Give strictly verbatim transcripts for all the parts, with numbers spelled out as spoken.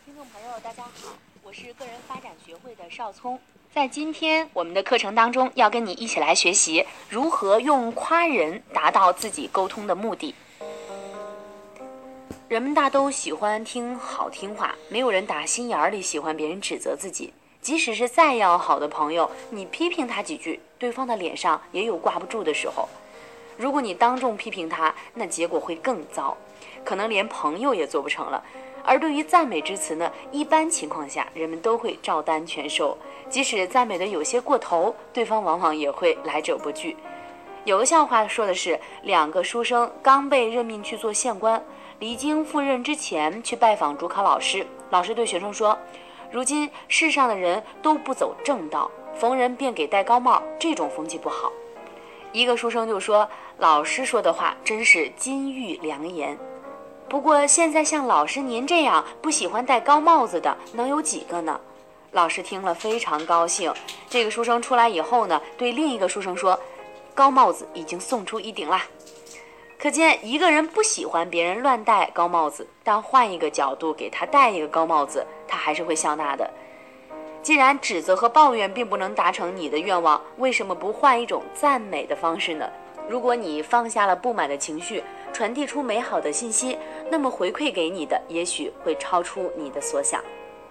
听众朋友，大家好，我是个人发展学会的邵聪。在今天我们的课程当中，要跟你一起来学习如何用夸人达到自己沟通的目的。人们大都喜欢听好听话，没有人打心眼里喜欢别人指责自己。即使是再要好的朋友，你批评他几句，对方的脸上也有挂不住的时候。如果你当众批评他，那结果会更糟，可能连朋友也做不成了。而对于赞美之词呢，一般情况下人们都会照单全收，即使赞美的有些过头，对方往往也会来者不拒。有个笑话说的是，两个书生刚被任命去做县官，离京赴任之前去拜访主考老师，老师对学生说，如今世上的人都不走正道，逢人便给戴高帽，这种风气不好。一个书生就说，老师说的话真是金玉良言，不过现在像老师您这样不喜欢戴高帽子的能有几个呢？老师听了非常高兴。这个书生出来以后呢，对另一个书生说，高帽子已经送出一顶啦。可见一个人不喜欢别人乱戴高帽子，但换一个角度给他戴一个高帽子，他还是会笑纳的。既然指责和抱怨并不能达成你的愿望，为什么不换一种赞美的方式呢？如果你放下了不满的情绪，传递出美好的信息，那么回馈给你的也许会超出你的所想。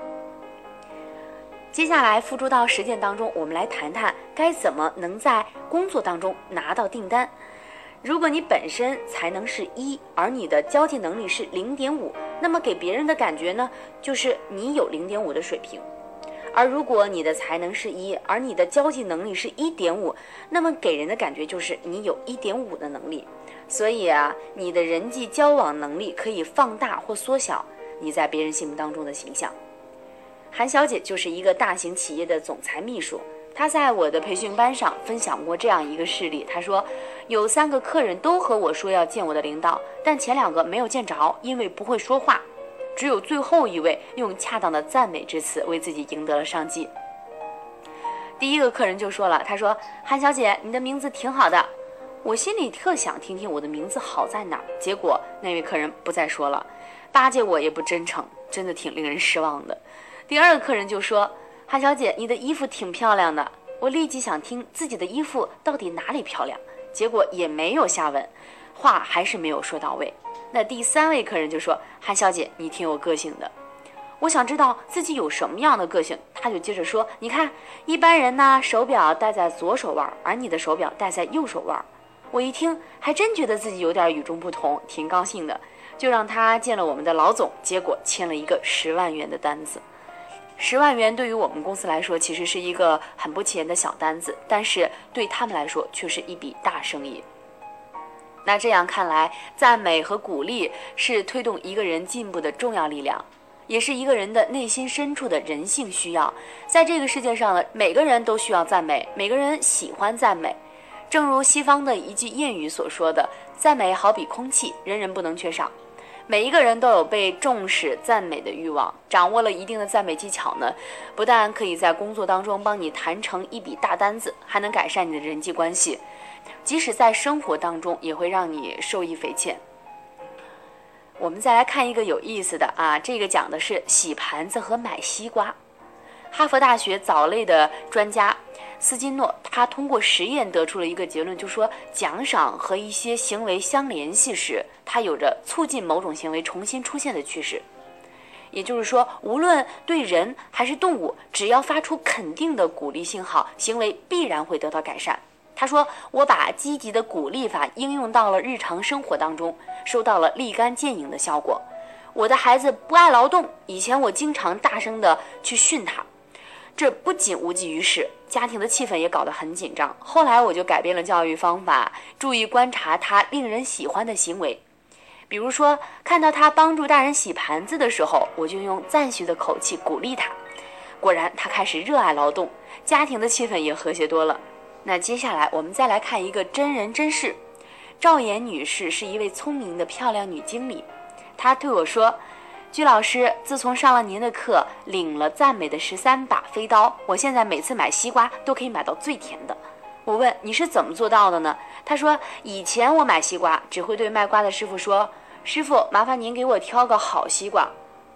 接下来付诸到实践当中，我们来谈谈该怎么能在工作当中拿到订单。如果你本身才能是一，而你的交际能力是 零点五， 那么给别人的感觉呢，就是你有 零点五 的水平。而如果你的才能是一，而你的交际能力是 一点五， 那么给人的感觉就是你有 一点五 的能力。所以啊，你的人际交往能力可以放大或缩小你在别人心目当中的形象。韩小姐就是一个大型企业的总裁秘书，她在我的培训班上分享过这样一个事例。她说，有三个客人都和我说要见我的领导，但前两个没有见着，因为不会说话。只有最后一位用恰当的赞美之词为自己赢得了商机。第一个客人就说了，他说，韩小姐，你的名字挺好的，我心里特想听听我的名字好在哪儿。结果那位客人不再说了，巴结我也不真诚，真的挺令人失望的。第二个客人就说，韩小姐，你的衣服挺漂亮的，我立即想听自己的衣服到底哪里漂亮，结果也没有下文，话还是没有说到位。那第三位客人就说，韩小姐，你挺有个性的，我想知道自己有什么样的个性。他就接着说，你看一般人呢，手表戴在左手腕，而你的手表戴在右手腕。我一听还真觉得自己有点与众不同，挺高兴的，就让他见了我们的老总，结果签了一个十万元的单子。十万元对于我们公司来说其实是一个很不起眼的小单子，但是对他们来说却是一笔大生意。那这样看来，赞美和鼓励是推动一个人进步的重要力量，也是一个人的内心深处的人性需要。在这个世界上呢，每个人都需要赞美，每个人喜欢赞美。正如西方的一句谚语所说的，赞美好比空气，人人不能缺少。每一个人都有被重视赞美的欲望，掌握了一定的赞美技巧呢，不但可以在工作当中帮你谈成一笔大单子，还能改善你的人际关系，即使在生活当中也会让你受益匪浅。我们再来看一个有意思的啊，这个讲的是洗盘子和买西瓜。哈佛大学藻类的专家斯金诺，他通过实验得出了一个结论，就说奖赏和一些行为相联系时，它有着促进某种行为重新出现的趋势。也就是说，无论对人还是动物，只要发出肯定的鼓励信号，行为必然会得到改善。他说，我把积极的鼓励法应用到了日常生活当中，收到了立竿见影的效果。我的孩子不爱劳动，以前我经常大声的去训他，这不仅无济于事，家庭的气氛也搞得很紧张。后来我就改变了教育方法，注意观察他令人喜欢的行为。比如说，看到他帮助大人洗盘子的时候，我就用赞许的口气鼓励他。果然，他开始热爱劳动，家庭的气氛也和谐多了。那接下来我们再来看一个真人真事。赵岩女士是一位聪明的漂亮女经理，她对我说，居老师，自从上了您的课，领了赞美的十三把飞刀，我现在每次买西瓜都可以买到最甜的。我问，你是怎么做到的呢？她说，以前我买西瓜只会对卖瓜的师傅说，师傅麻烦您给我挑个好西瓜。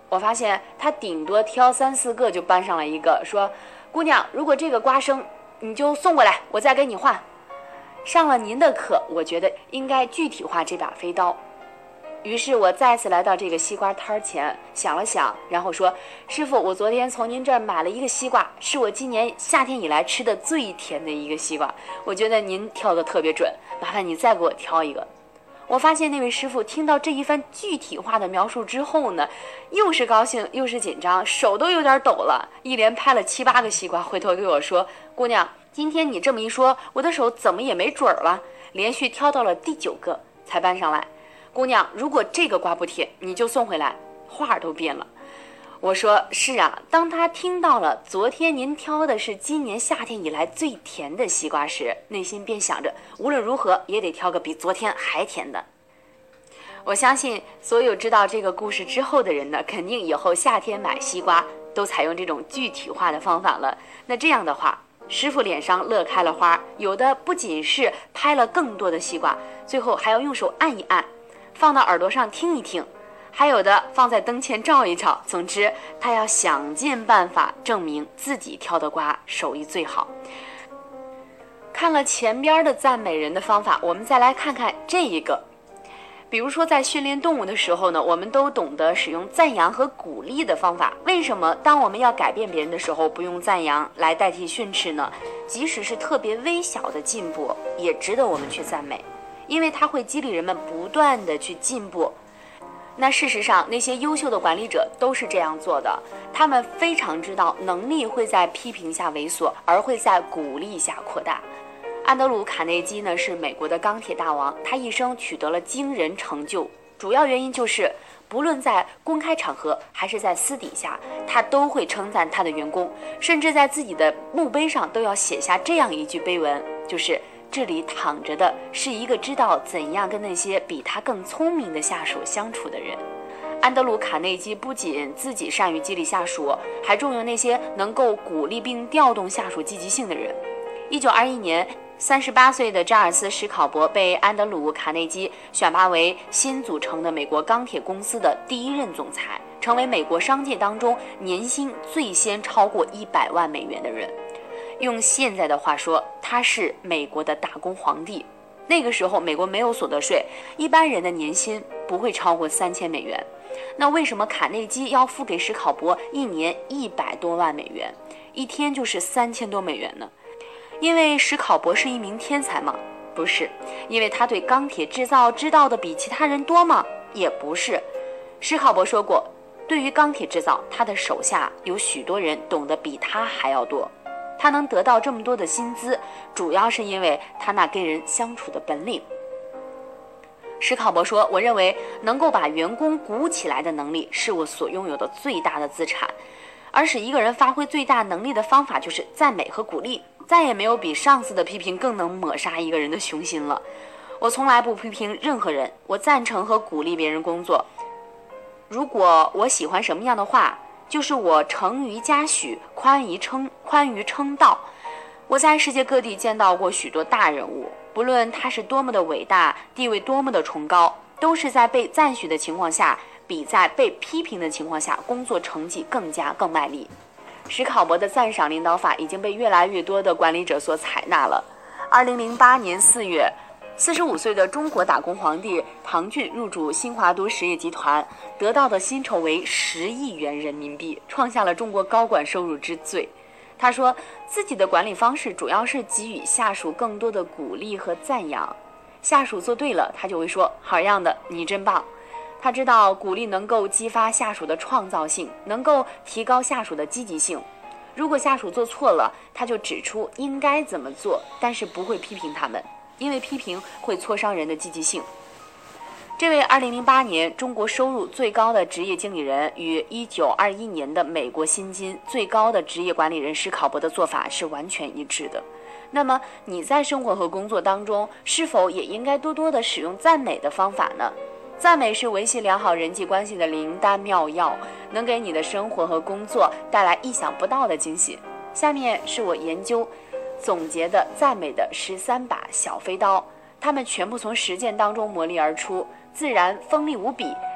我发现他顶多挑三四个就搬上来一个，说姑娘，如果这个刮生你就送过来，我再给你换。上了您的课，我觉得应该具体化这把飞刀。于是我再次来到这个西瓜摊前，想了想，然后说，师傅，我昨天从您这儿买了一个西瓜，是我今年夏天以来吃的最甜的一个西瓜，我觉得您挑的特别准，麻烦你再给我挑一个。我发现那位师傅听到这一番具体化的描述之后呢，又是高兴又是紧张，手都有点抖了，一连拍了七八个西瓜，回头对我说，姑娘，今天你这么一说，我的手怎么也没准了，连续挑到了第九个才搬上来。姑娘，如果这个刮不甜，你就送回来。话都变了。我说是啊，当他听到了昨天您挑的是今年夏天以来最甜的西瓜时，内心便想着无论如何也得挑个比昨天还甜的。我相信所有知道这个故事之后的人呢，肯定以后夏天买西瓜都采用这种具体化的方法了。那这样的话，师傅脸上乐开了花，有的不仅是拍了更多的西瓜，最后还要用手按一按，放到耳朵上听一听，还有的放在灯前照一照。总之他要想尽办法证明自己挑的瓜手艺最好。看了前边的赞美人的方法，我们再来看看这一个。比如说在训练动物的时候呢，我们都懂得使用赞扬和鼓励的方法，为什么当我们要改变别人的时候不用赞扬来代替训斥呢？即使是特别微小的进步也值得我们去赞美，因为它会激励人们不断的去进步。那事实上那些优秀的管理者都是这样做的，他们非常知道能力会在批评下萎缩，而会在鼓励下扩大。安德鲁·卡内基呢是美国的钢铁大王，他一生取得了惊人成就，主要原因就是不论在公开场合还是在私底下，他都会称赞他的员工，甚至在自己的墓碑上都要写下这样一句碑文，就是这里躺着的是一个知道怎样跟那些比他更聪明的下属相处的人。安德鲁·卡内基不仅自己善于激励下属，还重用那些能够鼓励并调动下属积极性的人。一九二一年，三十八岁的查尔斯·史考伯被安德鲁·卡内基选拔为新组成的美国钢铁公司的第一任总裁，成为美国商界当中年薪最先超过一百万美元的人。用现在的话说，他是美国的打工皇帝。那个时候美国没有所得税，一般人的年薪不会超过三千美元。那为什么卡内基要付给史考伯一年一百多万美元，一天就是三千多美元呢？因为史考伯是一名天才吗？不是。因为他对钢铁制造知道的比其他人多吗？也不是。史考伯说过，对于钢铁制造，他的手下有许多人懂得比他还要多。他能得到这么多的薪资，主要是因为他那跟人相处的本领。史考伯说，我认为能够把员工鼓起来的能力是我所拥有的最大的资产，而使一个人发挥最大能力的方法就是赞美和鼓励。再也没有比上司的批评更能抹杀一个人的雄心了。我从来不批评任何人，我赞成和鼓励别人工作。如果我喜欢什么样的话，就是我诚于嘉许，宽于称宽于称道。我在世界各地见到过许多大人物，不论他是多么的伟大，地位多么的崇高，都是在被赞许的情况下，比在被批评的情况下工作成绩更加更卖力。史考伯的赞赏领导法已经被越来越多的管理者所采纳了。二零零八年四月，四十五岁的中国打工皇帝唐骏入主新华都实业集团，得到的薪酬为十亿元人民币，创下了中国高管收入之最。他说自己的管理方式主要是给予下属更多的鼓励和赞扬，下属做对了，他就会说好样的，你真棒。他知道鼓励能够激发下属的创造性，能够提高下属的积极性。如果下属做错了，他就指出应该怎么做，但是不会批评他们，因为批评会挫伤人的积极性。这位二零零八年中国收入最高的职业经理人与一九二一年的美国薪金最高的职业管理人史考伯的做法是完全一致的。那么你在生活和工作当中是否也应该多多的使用赞美的方法呢？赞美是维系良好人际关系的灵丹妙药，能给你的生活和工作带来意想不到的惊喜。下面是我研究总结的赞美的十三把小飞刀，它们全部从实践当中磨砺而出，自然锋利无比，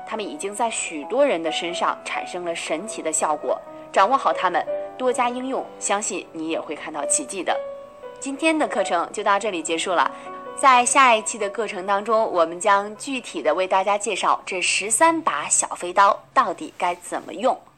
它们已经在许多人的身上产生了神奇的效果。掌握好它们，多加应用，相信你也会看到奇迹的。今天的课程就到这里结束了，在下一期的课程当中，我们将具体的为大家介绍这十三把小飞刀到底该怎么用。